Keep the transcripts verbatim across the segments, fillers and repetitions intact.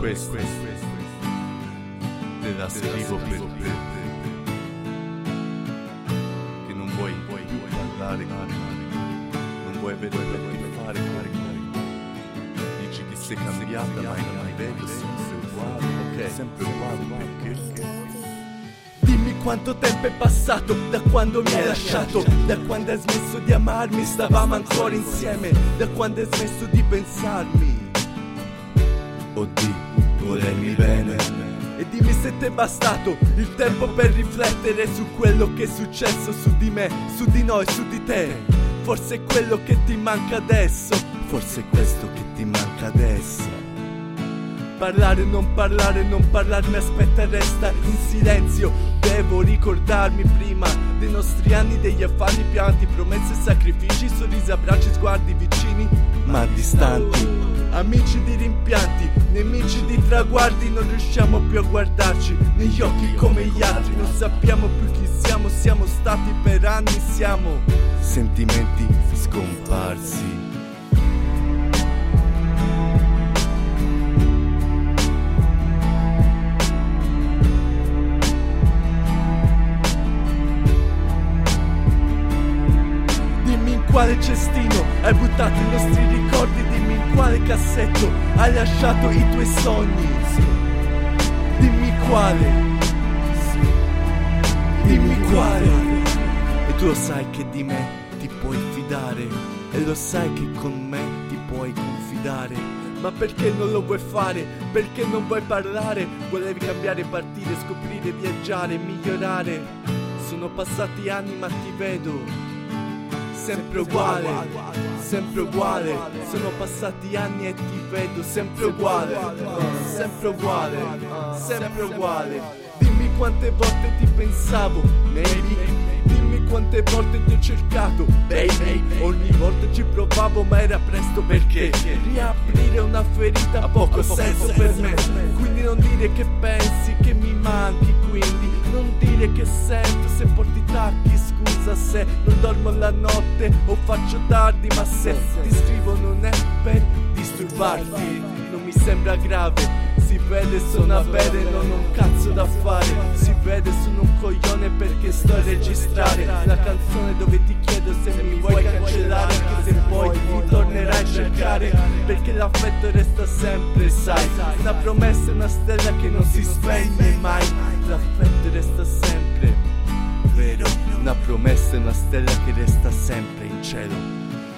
questo te la scrivo per te, che non vuoi più parlare, non vuoi avere per che fare, dici che sei cambiata ma non mi vedo sempre uguale, ok, sempre uguale, perché? Dimmi quanto tempo è passato da quando mi hai lasciato, da quando hai smesso di amarmi, stavamo ancora insieme, da quando hai smesso di pensarmi o di volermi bene. E dimmi se t'è bastato il tempo per riflettere su quello che è successo su di me, su di noi, su di te. Forse è quello che ti manca adesso, forse è questo che ti manca adesso. Parlare, non parlare, non parlarmi, aspetta, resta in silenzio. Devo ricordarmi prima dei nostri anni, degli affanni, pianti, promesse, sacrifici, sorrisi, abbracci, sguardi vicini ma distanti. Amici di rimpianti, nemici di traguardi, non riusciamo più a guardarci negli occhi come gli altri. Non sappiamo più chi siamo, siamo stati per anni, siamo sentimenti scomparsi. Quale cestino hai buttato i nostri ricordi? Dimmi in quale cassetto hai lasciato i tuoi sogni. Dimmi quale. Dimmi quale. E tu lo sai che di me ti puoi fidare, e lo sai che con me ti puoi confidare. Ma perché non lo vuoi fare? Perché non vuoi parlare? Volevi cambiare, partire, scoprire, viaggiare, migliorare. Sono passati anni ma ti vedo sempre uguale, sempre uguale. Sono passati anni e ti vedo sempre uguale, sempre uguale, sempre uguale. Dimmi quante volte ti pensavo, maybe. Dimmi quante volte ti ho cercato, baby. Ogni volta ci provavo ma era presto, perché riaprire una ferita ha poco senso per me. Quindi non dire che pensi che mi manchi, quindi non dire che sento se porti tacchi. Scusa se non dormo la notte o faccio tardi, ma se ti scrivo non è per disturbarti. Non mi sembra grave, si vede sono a bere, non ho un cazzo da fare. Si vede sono un coglione perché sto a registrare la canzone dove ti chiedo se mi vuoi cancellare, anche se poi mi tornerai a cercare, perché l'affetto resta sempre, sai. Una promessa è una stella che non si spegne mai. L'affetto resta sempre, vero? Una promessa è una stella che resta sempre in cielo.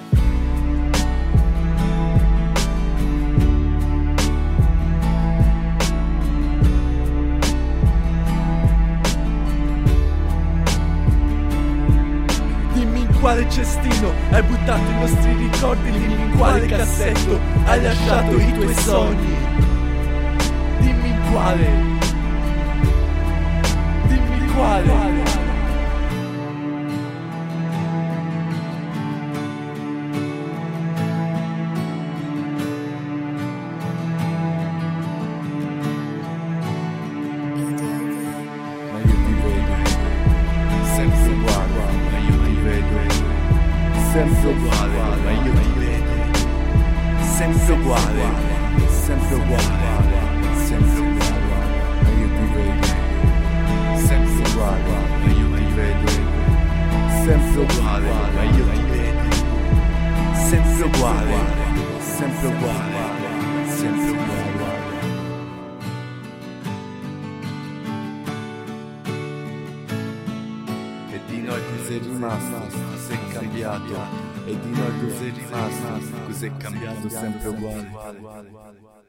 Dimmi in quale cestino hai buttato i nostri ricordi, dimmi in quale cassetto hai lasciato i tuoi sogni. Dimmi in quale. Dimmi quale. Sempre uguale, ma io ti vedo. Sempre uguale, ma io ti vedo. Sempre uguale, sempre uguale, sempre uguale, ma io ti vedo. Sempre uguale, ma io ti vedo. Sempre uguale, ma io ti vedo. Sempre uguale, sempre uguale, sempre uguale. E di noi cos'è rimasto, cos'è cambiato, e di noi cos'è rimasto, cos'è cambiato, sempre uguale.